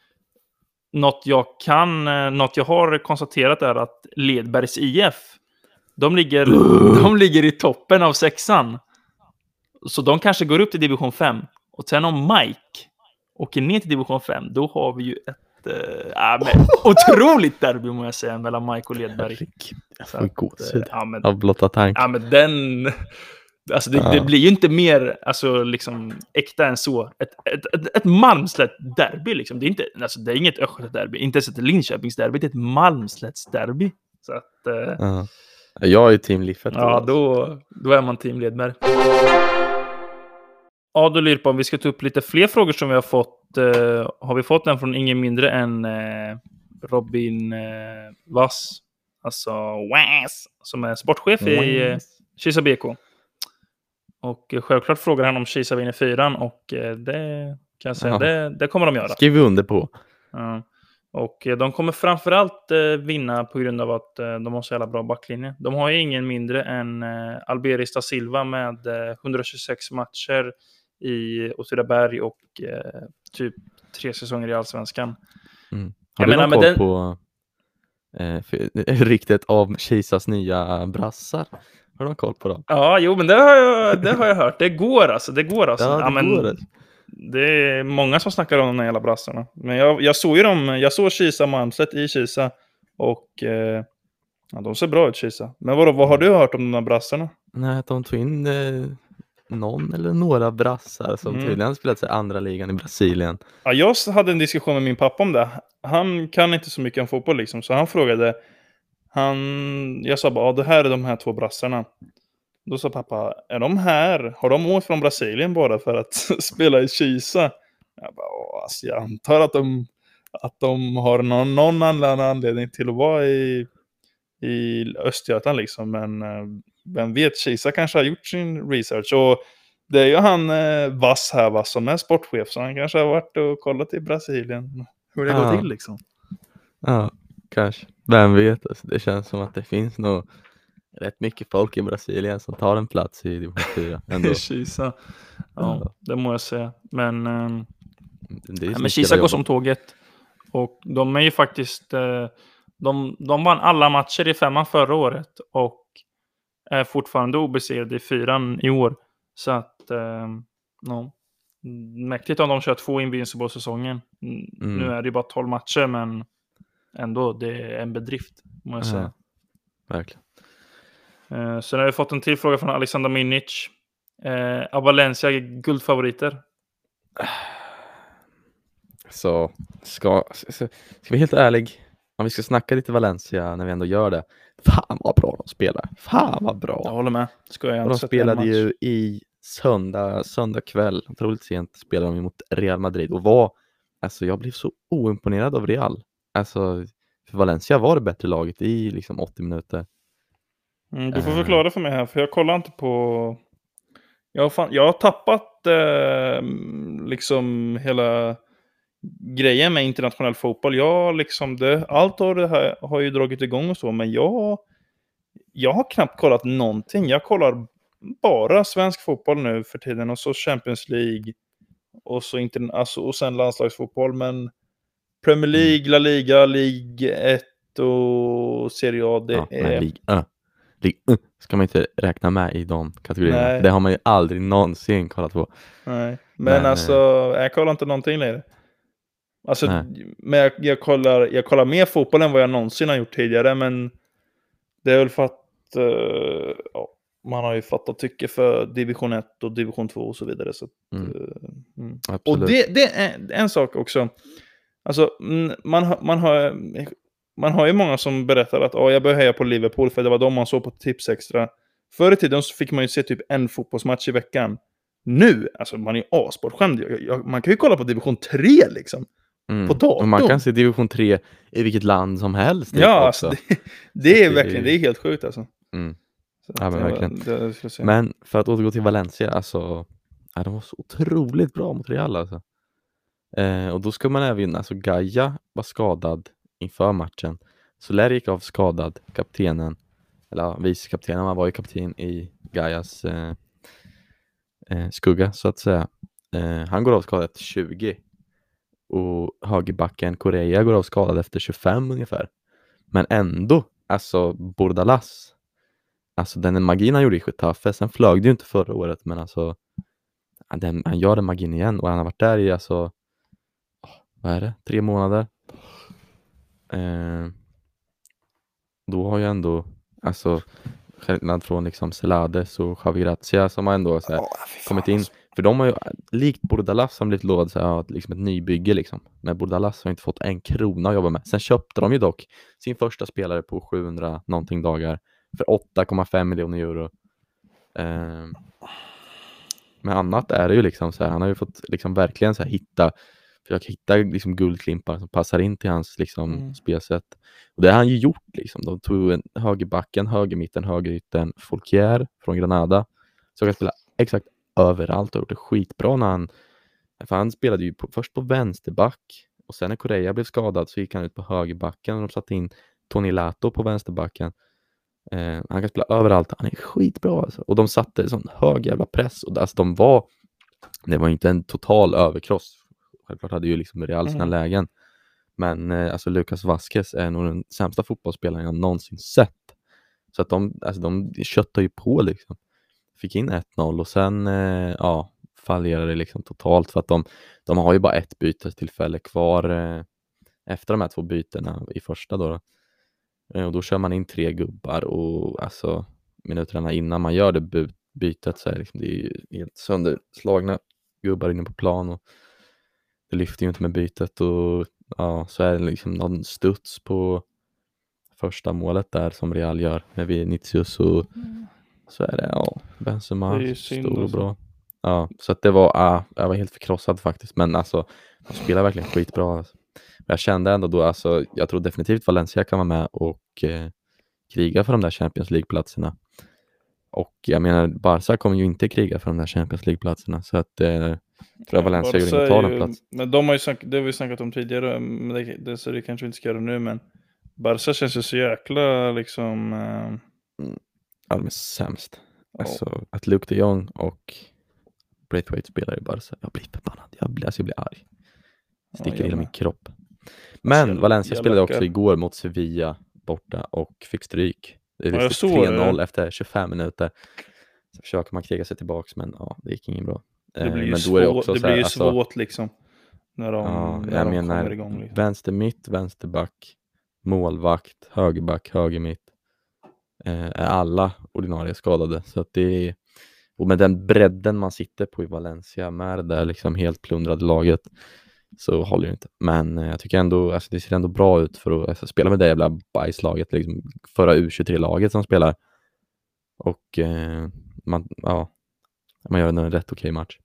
något jag kan, eh, något jag har konstaterat är att Ledbergs I F, de ligger, de ligger i toppen av sexan. Så de kanske går upp till division fem. Och sen om Mike åker ner till division fem, då har vi ju ett äh, äh, otroligt derby, må jag säga, mellan Mike och Ledberg. Jag får gåshud ja, men, av blotta tanken. Ja, men den, alltså det, ja. det blir ju inte mer alltså, liksom, äkta än så. Ett, ett, ett, ett Malmslätt-derby, liksom. Det är inte, alltså, det är inget Östgöta-derby, inte ens ett Linköpings-derby, det är ett Malmslätts-derby. Så att, äh, ja. Jag är team Liffet. Ja, då, då är man team Ledberg. Ja, då Lirpa, om vi ska ta upp lite fler frågor som vi har fått. Eh, har vi fått den från ingen mindre än eh, Robin eh, Vass. Alltså Wass, som är sportchef Wass. i eh, Kisa B K. Och eh, självklart frågar han om Kisa vinner fyran, och eh, det kan jag säga, ja. det, det kommer de göra. Skriver under på. Ja. Och eh, de kommer framförallt eh, vinna på grund av att eh, de har så jävla bra backlinje. De har ju ingen mindre än eh, Alberista Silva med eh, etthundratjugosex matcher i Åtvidaberg och eh, typ tre säsonger i Allsvenskan. Mm. Har jag du någon koll den... på eh, för, riktigt av Kisas nya brassar? Har du någon koll på dem? Ja, jo, men det har jag, det har jag hört. Det går alltså, det går alltså. Ja, det, ja, men, går det. Det är många som snackar om de här jävla brassarna. Men jag, jag såg ju dem, jag såg Kisa Malmslätt i Kisa, och eh, Ja, de ser bra ut, Kisa. Men vadå, vad har du hört om de här brassarna? Nej, att de tog in eh, någon eller några brassar som Mm. tydligen spelat sig andra ligan i Brasilien. Ja, jag hade en diskussion med min pappa om det. Han kan inte så mycket om fotboll liksom, så han frågade. Han, jag sa bara, ja, det här är de här två brassarna. Då sa pappa, är de här? Har de åkt från Brasilien bara för att spela i Kisa? Jag bara, "Åh, alltså, jag antar att de, att de har någon, någon annan anledning till att vara i, i Östergötland liksom. Men eh, vem vet, Kisa kanske har gjort sin research. Och det är ju han eh, Vass här, Vass, som är sportchef. Så han kanske har varit och kollat i Brasilien hur det Ja. går till liksom. Ja, kanske. Vem vet? Alltså, det känns som att det finns nog rätt mycket folk i Brasilien som tar en plats i division fyra ändå. Kisa. Ja, Ja. det må jag säga. Men... ehm, Det är Ja, som men ett Kisa jävla går jobb. som tåget. Och de är ju faktiskt... Eh, de, de vann alla matcher i femman förra året. Och är fortfarande obesegrade i fyran i år. Så att... Eh, no. Mäktigt om de kör två Invincible-säsongen. Mm. Mm. Nu är det ju bara tolv matcher, men ändå, det är en bedrift, må jag säga. Ja, verkligen. Eh, så nu har vi fått en till fråga från Alexander Minic. Eh, är Valencia guldfavoriter? Så ska, ska, ska vi vara helt ärlig, om vi ska snacka lite Valencia när vi ändå gör det. Fan vad bra de spelar. Fan vad bra. Jag håller med. Ska jag Och de sett en spelade match. ju i söndag, söndag kväll, otroligt sent spelade de mot Real Madrid och var, alltså jag blev så oimponerad av Real. Alltså, för Valencia var det bättre laget i liksom åttio minuter. Mm, du får Eh. förklara för mig här, för jag kollar inte på... Jag har, fan... jag har tappat eh, liksom hela grejen med internationell fotboll. Jag liksom det... Allt av det här har ju dragit igång och så, men jag, jag har knappt kollat någonting. Jag kollar bara svensk fotboll nu för tiden, och så Champions League och så inte, alltså, och sen landslagsfotboll, men Premier League, La Liga, Ligue ett och Serie A, det Ja, är... men Ligue ett. Ligue ett ska man inte räkna med i de kategorierna. Nej. Det har man ju aldrig någonsin kollat på. Nej, men, Men, alltså, jag kollar inte någonting längre. Alltså, Nej. men jag, jag, kollar, jag kollar mer fotboll än vad jag någonsin har gjort tidigare, men det är väl för att eh, ja, man har ju fattat tycke för division ett och division två och så vidare. Så att, Mm. eh, mm. Och Absolut. det, det är en sak också. Alltså, mm, man, har- man, har, man har ju många som berättar att oh, jag börjar heja på Liverpool för det var de man såg på Tips Extra. Förr i tiden så fick man ju se typ en fotbollsmatch i veckan. Nu, alltså man är ju asbortskämd. Jag- jag- Man kan ju kolla på division tre liksom. Mm. på datorn. Och man kan se division tre i vilket land som helst. typ, Ja, också. alltså, det, det är det- verkligen, det är helt sjukt alltså. Mm. Så Ja, att men det var- verkligen. det- det skulle jag säga. Men för att återgå till Valencia, alltså, ja, de var så otroligt bra mot Real alltså. Eh, och då ska man även, alltså Gaia var skadad inför matchen. Soler gick av skadad, kaptenen, eller ja, vicekaptenen, han var ju kapten i Gaias eh, eh, skugga så att säga. Eh, han går av skadad efter tjugo. Och högerbacken Correa går av skadad efter tjugofem ungefär. Men ändå, alltså Bordalas, alltså den magin han gjorde i Getafe, sen flög det ju inte förra året, men alltså han, den, han gör den magin igen och han har varit där i alltså, åh, vad är det, tre månader. Eh, då har ju ändå, alltså skillnad från liksom Celades och Javi Gracia som har ändå så här, Ja, fy fan, kommit in. alltså. För de har ju, likt Bordalas som blivit lovad så här, ja, liksom ett nybygge liksom. Men Bordalas har inte fått en krona att jobba med. Sen köpte de ju dock sin första spelare på sjuhundra någonting dagar för åtta komma fem miljoner euro. Eh, men annat är det ju liksom så här, han har ju fått liksom verkligen så här hitta, försöka hitta liksom guldklimpar som passar in till hans liksom Mm. spelsätt. Och det har han ju gjort liksom. De tog en högerbacken, högermitten, högerytten, Folkier från Granada. Så kan spela exakt överallt och gjort det skitbra när han, för han spelade ju på, först på vänsterback och sen när Correa blev skadad så gick han ut på högerbacken och de satte in Tony Lato på vänsterbacken. Eh, han kan spela överallt, han är skitbra alltså. Och de satte sån hög jävla press och alltså de var, det var inte en total överkross. Självklart hade ju liksom Real sina Mm. lägen. Men eh, alltså Lucas Vázquez är nog den sämsta fotbollsspelaren jag någonsin sett. Så att de, alltså de köttar ju på liksom. Fick in ett noll och sen eh, ja, fallerade det liksom totalt för att de, de har ju bara ett bytestillfälle kvar eh, efter de här två bytena i första då. då. Eh, Och då kör man in tre gubbar och alltså minuterna innan man gör det by- bytet så är det, liksom, det är ju helt sönderslagna gubbar inne på plan och det lyfter ju inte med bytet och ja, så är det liksom någon studs på första målet där som Real gör med Vinicius och så är det ja, Benzema Det är ju synd stor och alltså. bra. Ja, så att det var, ah, jag var helt förkrossad faktiskt, men alltså de spelar verkligen skitbra alltså. Jag kände ändå då, alltså jag tror definitivt Valencia kan vara med och eh, kriga för de där Champions League-platserna. Och jag menar, Barca kommer ju inte kriga för de där Champions League-platserna, så att eh, tror jag Valencia går in och tar den plats. Men de har ju snackat, det har vi snackat om tidigare, men det, det, så det kanske vi inte ska göra nu, men Barca känns ju så jäkla liksom... Eh, Ja, de är sämst. ja. Alltså, att Luke de Jong och Braithwaite spelar i Barca, jag blir förbannad. Jag blir, alltså, jag blir arg. Sticker Ja, i jag min med. kropp. Men jag- Valencia jag spelade lackar. också igår mot Sevilla borta och fick stryk. Det Ja, jag är såg tre noll det. efter tjugofem minuter. Så försöker man kriga sig tillbaks, men ja, det gick inget bra. Det Eh, blir ju men svårt, då är det också det så här, blir ju alltså, svårt liksom. När de, ja, när jag de menar kommer igång liksom. vänster mitt, vänsterback, målvakt, högerback, höger mitt. Eh, är alla ordinarie skadade. Så att det är, och med den bredden man sitter på i Valencia med det där liksom helt plundrade laget så håller det inte. Men eh, jag tycker ändå, alltså det ser ändå bra ut för att alltså, spela med det jävla bajslaget, liksom förra U tjugotre-laget som spelar. Och eh, man, ja, man gör en rätt okej match.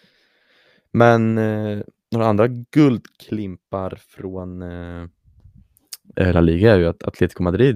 Men eh, några andra guldklimpar från eh, La Liga är ju att Atletico Madrid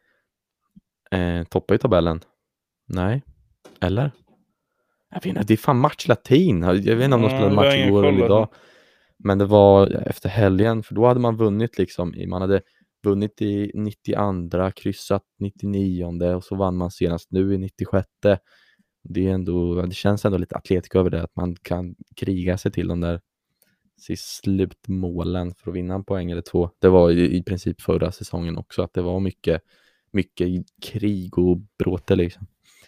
eh, toppar i tabellen. Nej, eller? Jag vet inte, det är fan match latin. Jag vet inte om de Ja, spelade jag har match ingen igår koll, eller idag. alltså. Men det var efter helgen, för då hade man vunnit liksom. i- Man hade vunnit i nittioandra, kryssat nittionionde och så vann man senast nu i nittiosjätte. Det är ändå, det känns ändå lite Atletico över det, att man kan kriga sig till de där till slutmålen för att vinna en poäng eller två. Det var i, i princip förra säsongen också, att det var mycket, mycket krig och bråte liksom.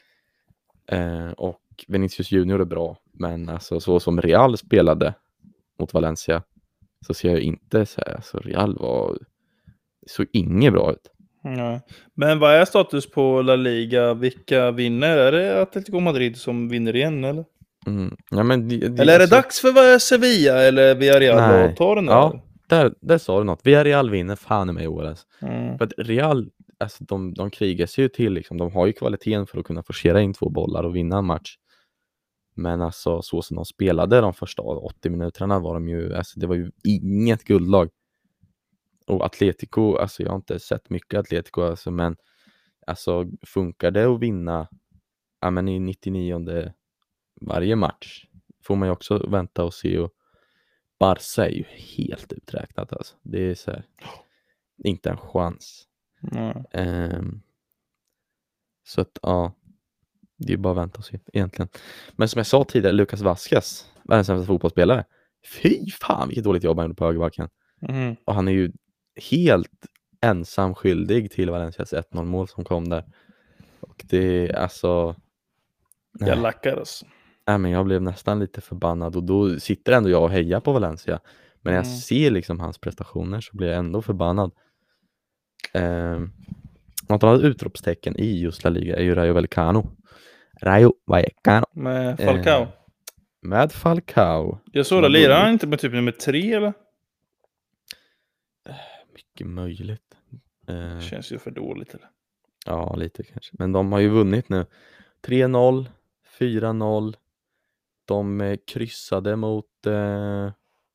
Eh, och Vinicius Junior är bra, men alltså så som Real spelade mot Valencia så ser jag inte så här, alltså Real var så inget bra ut. Ja. Men vad är status på La Liga? Vilka vinner? Är det Atletico Madrid som vinner igen eller? Mm. Ja, men det, det, Eller är det alltså, dags för vad- Sevilla eller Villarreal nej. att ta den där? Ja, där, där sa du något. Villarreal vinner fan i mig i år alltså. Mm. För att Real, alltså de, de krigar sig ju till liksom. De har ju kvaliteten för att kunna forcera in två bollar och vinna en match. Men alltså så som de spelade de första åttio minuterna var de ju, alltså det var ju inget guldlag. Och Atletico, alltså jag har inte sett mycket Atletico alltså, men alltså funkar det att vinna ja, men i nittionionde varje match får man ju också vänta och se, och Barca är ju helt uträknat alltså. Det är så här, inte en chans. Mm. Ehm, så att ja, det är bara att vänta och se egentligen. Men som jag sa tidigare, Lucas Vazquez, världens sämsta fotbollsspelare. Fy fan vilket dåligt jobb han gjorde på högerbacken. Mm. Och han är ju helt ensam skyldig till Valencias ett noll mål som kom där. Och det är alltså... Jag Nej. lackar alltså. Nej, men jag blev nästan lite förbannad och då sitter ändå jag och hejar på Valencia. Men när jag Mm. ser liksom hans prestationer så blir jag ändå förbannad. Eh, något annat utropstecken i just La Liga är ju Rayo Vallecano. Rayo Vallecano. Med Falcao. Eh, med Falcao. Jag såg som det, har lirar han vunnit. inte med typ nummer tre eller? Mycket möjligt. Eh, Känns ju för dåligt eller? ja, lite kanske. Men de har ju vunnit nu. tre noll, fyra noll. De eh, kryssade mot... Eh,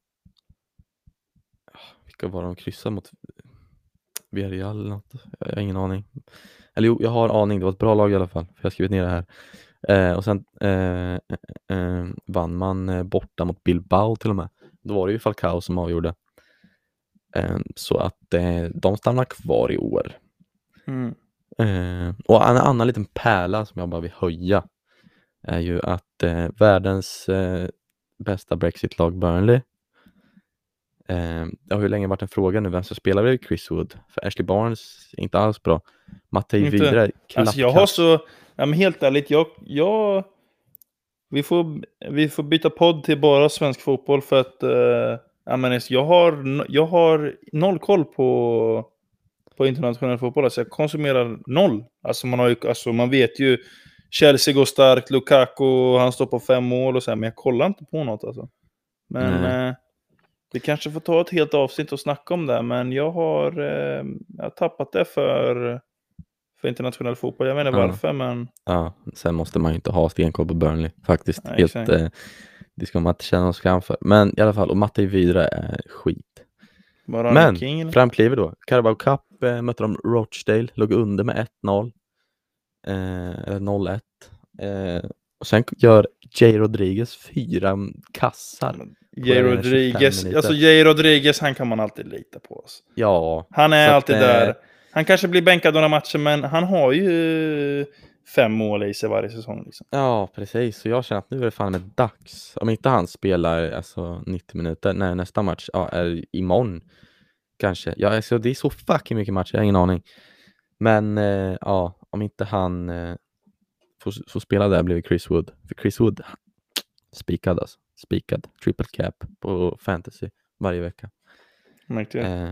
vilka var de kryssade mot? Villarreal eller något? Jag har ingen aning. Eller jo, jag har aning. Det var ett bra lag i alla fall. För jag har skrivit ner det här. Eh, och sen eh, eh, eh, vann man eh, borta mot Bilbao till och med. Då var det ju Falcao som avgjorde. Eh, så att eh, de stannar kvar i år. Mm. Eh, och en annan liten pärla som jag bara vill höja är ju att eh, världens eh, bästa Brexit-lag Burnley, eh, det har ju länge varit en fråga nu vem som spelar vid Chris Wood, för Ashley Barnes är inte alls bra. Matej Inte. Vidre, Alltså jag har så, ja, men helt ärligt, jag, jag vi får, vi får byta podd till bara svensk fotboll för att uh, ja, men jag har, jag har noll koll på på internationell fotboll. Alltså jag konsumerar noll. Alltså man, har ju, alltså man vet ju Chelsea går starkt, Lukaku han står på fem mål och så här, men jag kollar inte på något alltså. Men eh, vi kanske får ta ett helt avsnitt och snacka om det, men jag har, eh, jag har tappat det för, för internationell fotboll. Jag vet inte Ja. varför, men... Ja, sen måste man ju inte ha stenkoll på Burnley faktiskt. Nej, Helt, exakt. eh, det ska man inte känna oss framför. Men i alla fall, och Mattei Vydra är skit. Var Men King, eller? framkliver då. Carabao Cup eh, mötte de Rochdale, låg under med ett noll. Eh, eller noll ett. Eh, och sen gör Jay Rodriguez fyra kassar. Jay Rodriguez, alltså Jay Rodriguez, han kan man alltid lita på oss. Ja. Han är att, alltid eh, där. Han kanske blir bänkad några matcher, men han har ju fem mål i sig varje säsong liksom. Ja, precis. Så jag känner att nu är det fan med dags. Om inte han spelar alltså nittio minuter, nej, nästa match ja, är imorgon kanske. Ja, alltså, det är så fucking mycket matcher, jag har ingen aning. Men eh, ja, om inte han eh, får, får spela där blir det Chris Wood. För Chris Wood, spikad alltså. Spikad. Triple cap på fantasy varje vecka. Eh,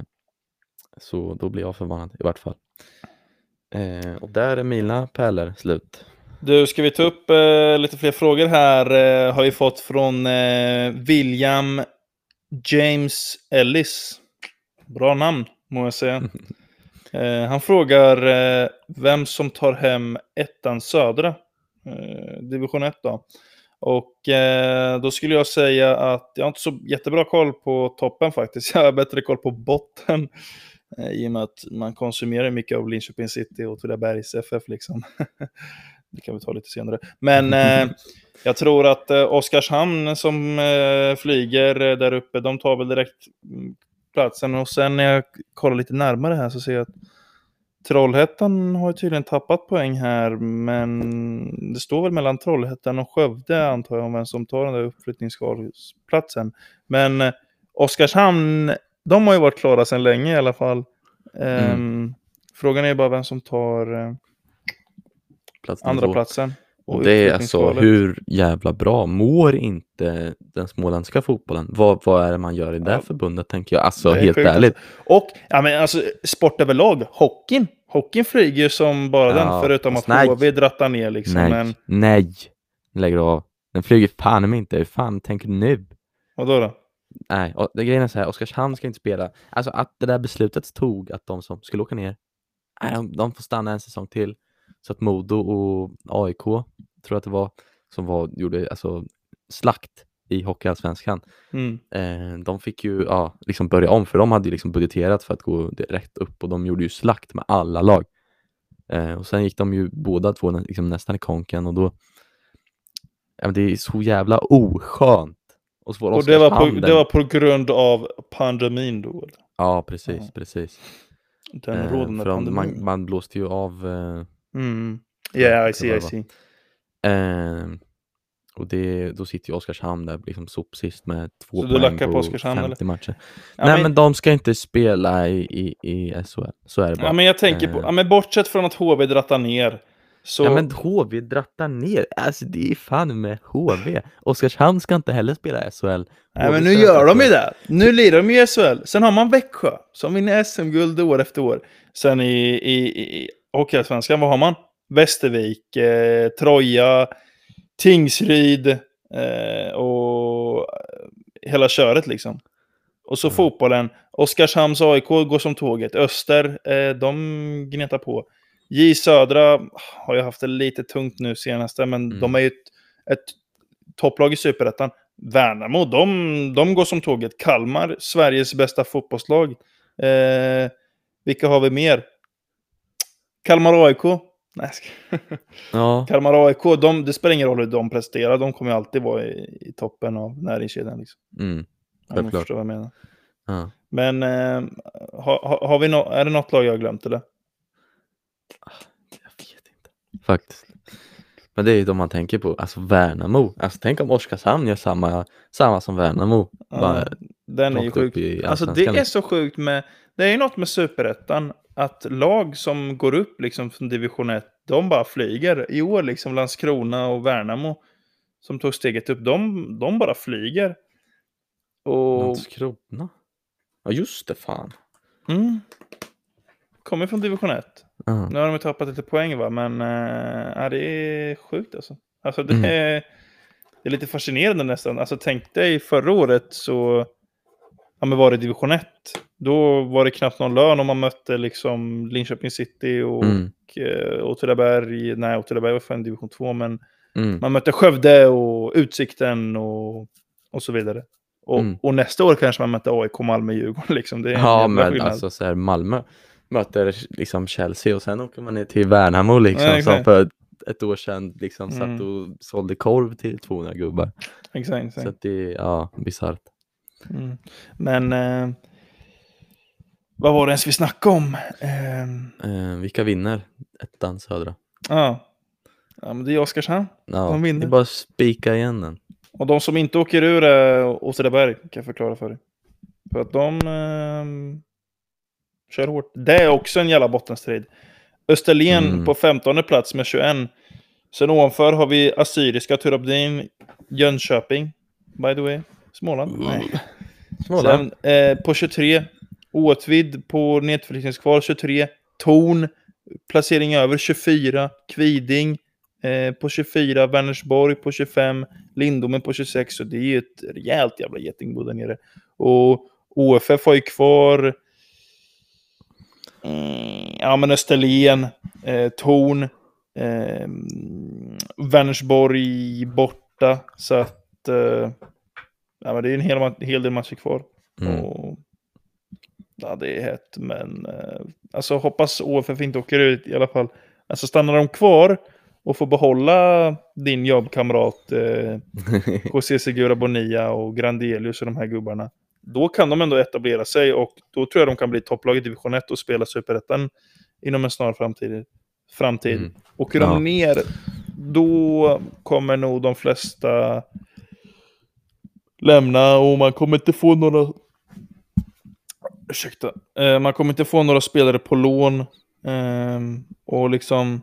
så då blir jag förvånad i vart fall. Eh, och där är mina pärlor slut. Du, ska vi ta upp eh, lite fler frågor här eh, har vi fått från eh, William James Ellis. Bra namn, må jag säga. eh, han frågar eh, vem som tar hem ettan södra. Eh, division ett då. Och eh, då skulle jag säga att jag har inte så jättebra koll på toppen faktiskt. Jag har bättre koll på botten. Eh, I och med att man konsumerar mycket av Linköping City och Åtvidabergs F F liksom. Det kan vi ta lite senare. Men eh, jag tror att eh, Oskarshamn som eh, flyger eh, där uppe, de tar väl direkt mm, platsen. Och sen när jag kollar lite närmare här så ser jag att Trollhättan har tydligen tappat poäng här. Men det står väl mellan Trollhättan och Skövde antar jag om vem som tar den där uppflyttningsplatsen. Men eh, Oskarshamn, de har ju varit klara sedan länge i alla fall. Eh, Mm. Frågan är bara vem som tar... Eh, Plats andra två. platsen. Och det är alltså hur jävla bra mår inte den småländska fotbollen? Vad, vad är det man gör i det Ja. förbundet tänker jag? Alltså helt sjukt, ärligt. Alltså. Och ja, men alltså, sport överlag, hockeyn. Hockeyn flyger som bara Ja, den, förutom fast att nej. H V drattar ner liksom. Nej, Men nej. Lägger av. Den flyger fan mig inte. Hur fan tänker du nu? vadå då? Nej, och det grejen är så här, Oskarshamn ska inte spela. Alltså att det där beslutet tog att de som skulle åka ner, nej, de, de får stanna en säsong till. Så att Modo och A I K, tror jag att det var, som var, gjorde alltså slakt i Hockeyallsvenskan. Mm. Eh, de fick ju ja, liksom börja om, för de hade ju liksom budgeterat för att gå direkt upp och de gjorde ju slakt med alla lag. Eh, och sen gick de ju båda två liksom nästan i konken och då ja, men det är så jävla oskönt. Och, så Och det var, på, det var på grund av pandemin då? Eller? Ja, precis, Ja. precis. Den Eh, rådande för de, pandemin. man, man blåste ju av eh, Mm. Yeah, I see, I see. eh, och det, då sitter ju Oskarshamn där liksom sopsist med två Så du poäng lackar på på Oskarshamn, femtio eller? matcher. Ja, Nej men- men de ska inte spela i, i, i S H L. Så är det bara. Ja, men jag tänker på, Eh, ja, men bortsett från att H V drattar ner. Så, Ja men H V drattar ner. Alltså det är fan med H V. Oskarshamn ska inte heller spela S H L. nej, H V men nu ska gör inte de ju spela. det. Nu lirar de ju i S H L. Sen har man Växjö som vinner S M-guld år efter år. Sen i, i, i Hockeyallsvenskan, vad har man? Västervik, eh, Troja, Tingsryd eh, och hela köret liksom. Och så Mm. fotbollen. Oskarshamns A I K går som tåget. Öster, eh, de gnetar på. J Södra har ju haft det lite tungt nu senaste, men Mm. de är ju ett, ett topplag i Superettan. Värnamo, de, de går som tåget. Kalmar, Sveriges bästa fotbollslag. Eh, vilka har vi mer? Kalmar A I K. Nej, jag ska... Ja. Kalmar A I K, de, det spelar ingen roll hur de presterar. De kommer ju alltid vara i, i toppen av näringskedjan. Liksom. Mm. Om du Självklart. förstår vad jag menar. Ja. Men eh, har, har har vi no- är det något lag jag har glömt eller? Jag vet inte. Faktiskt. Men det är ju de man tänker på. Alltså Värnamo. Alltså tänk om Oskarshamn gör samma, samma som Värnamo. Bara Ja, den är ju rakt upp sjuk. i Alltså det Allsvenskan. är så sjukt med, det är ju något med Superettan att lag som går upp liksom från division ett, de bara flyger. I år liksom Landskrona och Värnamo som tog steget upp, de, de bara flyger. Och Landskrona. Ja just det fan. mm, kommer från division ett. Ja. Nu har de tappat lite poäng va, men äh, ja, det är sjukt alltså. Alltså det, Mm. är, det är lite fascinerande nästan. Alltså tänk dig förra året så ja, men var det division ett. Då var det knappt någon lön om man mötte liksom Linköping City och Mm. eh, Åtvidaberg. Nej, Åtvidaberg var fan division två, men Mm. man mötte Skövde och Utsikten och, och så vidare. Och, Mm. och nästa år kanske man mötte A I K, Malmö, Djurgården liksom. Det är en Ja, jävla men skillnad. alltså så här, Malmö möter liksom Chelsea och sen åker man ner till Värnamo liksom, Ja, som för ett, ett år sedan liksom Mm. satt och sålde korv till tvåhundra gubbar. Exakt, exakt. Så att det, ja, bisarrt. Mm. Men eh, vad var det ens vi snackade om? Eh, Eh, vilka vinner ettan södra? ja. ja, men det är Oskarshamn. Ja, De vinner. det är bara att spika igen den. Och de som inte åker ur är Åtvidaberg, kan jag förklara för dig. För att de eh, kör hårt. Det är också en jävla bottenstrid. Österlen Mm. på femtonde plats med tjugoett. Sen ovanför har vi Assyriska, Turabdin, Jönköping. By the way. Småland? Nej. Småland. Sen eh, på tjugotre. Åtvid på nedflyttningskvar tjugotre. Torn. Placering över tjugofyra. Kviding eh, på tjugofyra. Vänersborg på tjugofem. Lindomen på tjugosex. Så det är ju ett rejält jävla getingbo där nere. Och O F F har ju kvar mm, ja men Österlen, eh, Torn, eh, Vänersborg borta. Så att eh, ja, men det är en hel, hel del matcher kvar. Mm. Och ja, det är hett, men eh, alltså hoppas O F F inte åker ut i alla fall. Alltså stannar de kvar och får behålla din jobbkamrat eh, José Segura Bonilla och Grandelius och de här gubbarna, då kan de ändå etablera sig och då tror jag de kan bli topplag i division ett och spela superettan inom en snar framtid. framtid. Mm. Åker de Ja. ner, då kommer nog de flesta lämna och man kommer inte få några ursäkta, eh, man kommer inte få några spelare på lån eh, och liksom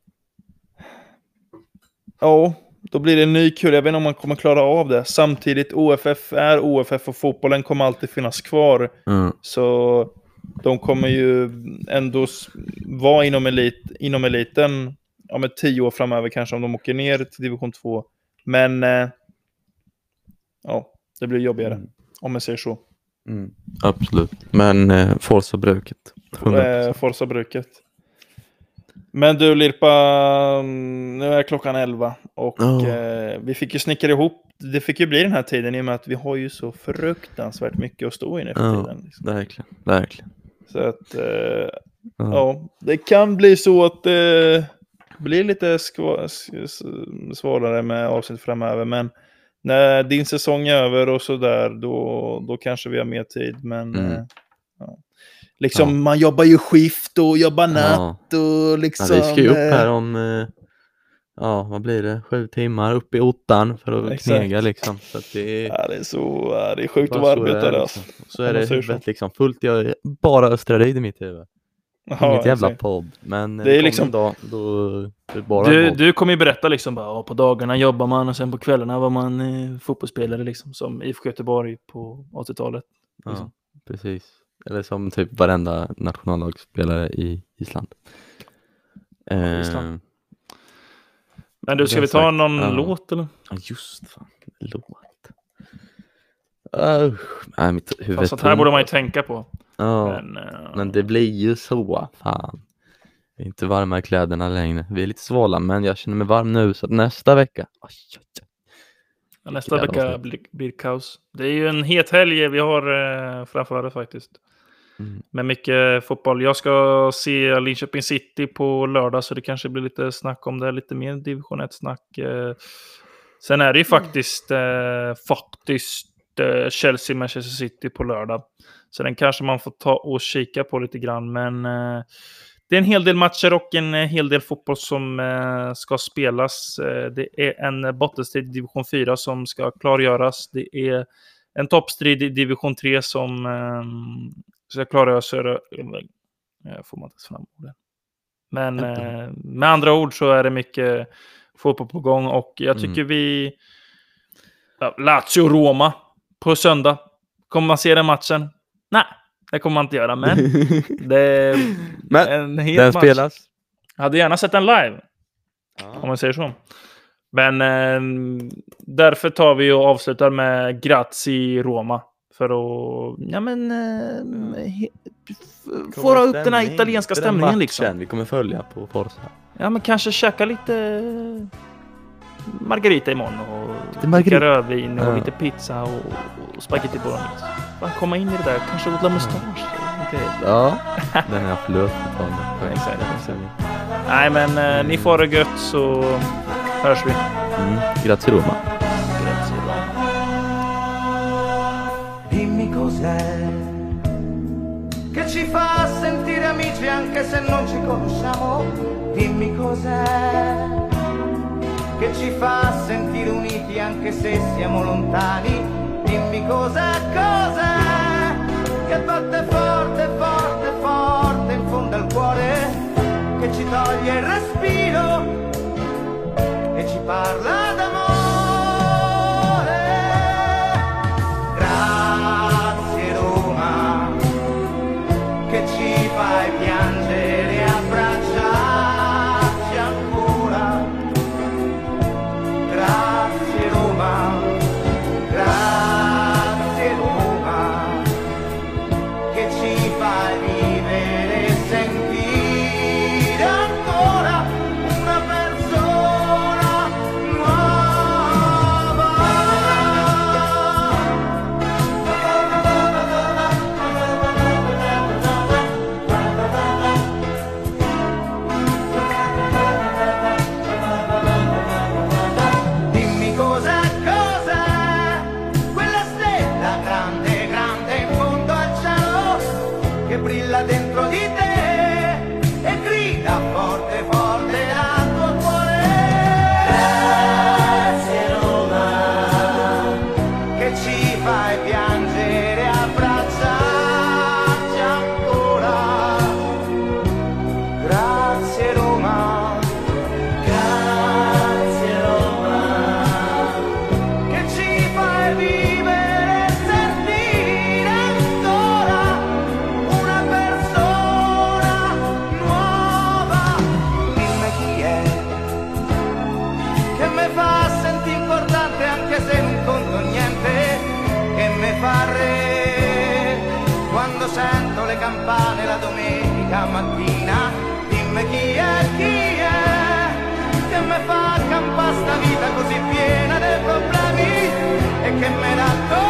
ja, då blir det en ny kul. Jag vet inte om man kommer klara av det. Samtidigt, O F F är O F F och fotbollen kommer alltid finnas kvar. Mm. Så de kommer ju ändå vara inom, elit, inom eliten om ett tio år framöver kanske om de åker ner till division två. Men eh, ja, det blir jobbigare Mm. om man säger så. Mm. Absolut. Men eh, Forza bruket. hundra procent. Eh, Forza bruket. Men du Lirpa, nu är klockan elva och Oh. eh, vi fick ju snickra ihop, det fick ju bli den här tiden i och med att vi har ju så fruktansvärt mycket att stå i nu för Ja, tiden. Liksom. verkligen. Verkligen. Så att, eh, Ja. ja, det kan bli så att det eh, blir lite skva- s- svårare med avsnitt framöver, men när din säsong är över och så där, då, då kanske vi har mer tid, men Mm. eh, ja. Liksom, Ja. man jobbar ju skift och jobbar Ja. natt och liksom... Ja, vi ska ju upp eh, här om, eh, ja vad blir det, sju timmar upp i ottan för att Exakt. knega liksom. Så att det är Ja, det är så, ja, det är sjukt att bara vara så det är, arbetare alltså. liksom. Så Om är man det säger huvudet liksom fullt, jag är bara Östra Ryd i mitt huvud. Jaha, Inget jävla exakt. podd, men Det det är är liksom- liksom dag, då är det bara Du, podd. du kommer ju berätta liksom bara, ja, på dagarna jobbar man och sen på kvällarna var man eh, fotbollsspelare liksom, som I F K Göteborg på åttiotalet. liksom. Ja, precis. Eller som typ varenda nationallagsspelare i Island. Eh, Island. Men du, ska Det vi är ta sagt, någon ja. låt eller? Ja, just fan. Låt. Usch. Nej, mitt huvud Fast är sånt här tomt. borde man ju tänka på. Ja, Men, eh, men det blir ju så. Fan. Det är inte varma i kläderna längre. Vi är lite svala, men jag känner mig varm nu. Så att nästa vecka. Oj, oj, oj. nästa jävla vecka avsnitt. blir, blir kaos. Det är ju en het helg vi har eh, framför oss faktiskt. Mm. Med mycket fotboll. Jag ska se Linköping City på lördag, så det kanske blir lite snack om det. Lite mer division ett-snack. Eh. Sen är det ju faktiskt, eh, faktiskt eh, Chelsea Manchester City på lördag. Så den kanske man får ta och kika på lite grann. Men eh, det är en hel del matcher och en eh, hel del fotboll som eh, ska spelas. Eh, det är en bottenstrid i division fyra som ska klargöras. Det är en toppstrid i division tre som eh, ska klargöras. Eh, får man inte ens fram orden. Men eh, med andra ord så är det mycket fotboll på gång. Och jag tycker Mm. vi... Ja, Lazio-Roma på söndag. Kommer man se den matchen? Nej, Det kommer man inte göra, men det är Men en hel den match. spelas. Jag hade gärna sett den live, Ja. om man säger så. Men eh, därför tar vi och avslutar med Grazie Roma. För att, ja men, eh, he, f- få upp den här italienska För den stämningen matchen liksom. vi kommer följa på Forza. Ja men kanske käka lite margarita imorgon och Lite margarita. dricka rödvin och Ja. lite pizza och, och spaghetti bolognese. Bara komma in i det där, kanske odla mustasch. Okay. Ja, den har jag förlåt fortfarande. Exakt. Nej men eh, ni får det gött så hörs vi. Mm. Grazie Roma. Grazie Roma. Dimmi cos'è che ci fa sentire amici anche se non ci conosciamo. Dimmi cos'è che ci fa sentire uniti anche se siamo lontani. Dimmi cos'è, cos'è che batte forte, forte, forte in fondo al cuore, che ci toglie il respiro e ci parla d'amore. Grazie Roma, che ci fai piangere e abbracciarci ancora. Grazie Roma, grazie Roma, che ci fai vivere e sentire ancora una persona nuova. Dimmi cos'è, cos'è quella stella grande, grande in fondo al cielo che brilla dentro di te e grida forte, forte al tuo cuore. Grazie Roma, che ci fai piangere e abbracciarci ancora. Grazie Roma, grazie Roma, che ci fai vivere e sentire ancora una persona nuova. Dimmi chi è che mi fa sentire importante anche se non conto niente, che mi fa re quando sento le campane la domenica mattina. Dimmi chi è, chi è che mi fa campare sta vita così piena di problemi e che mi dà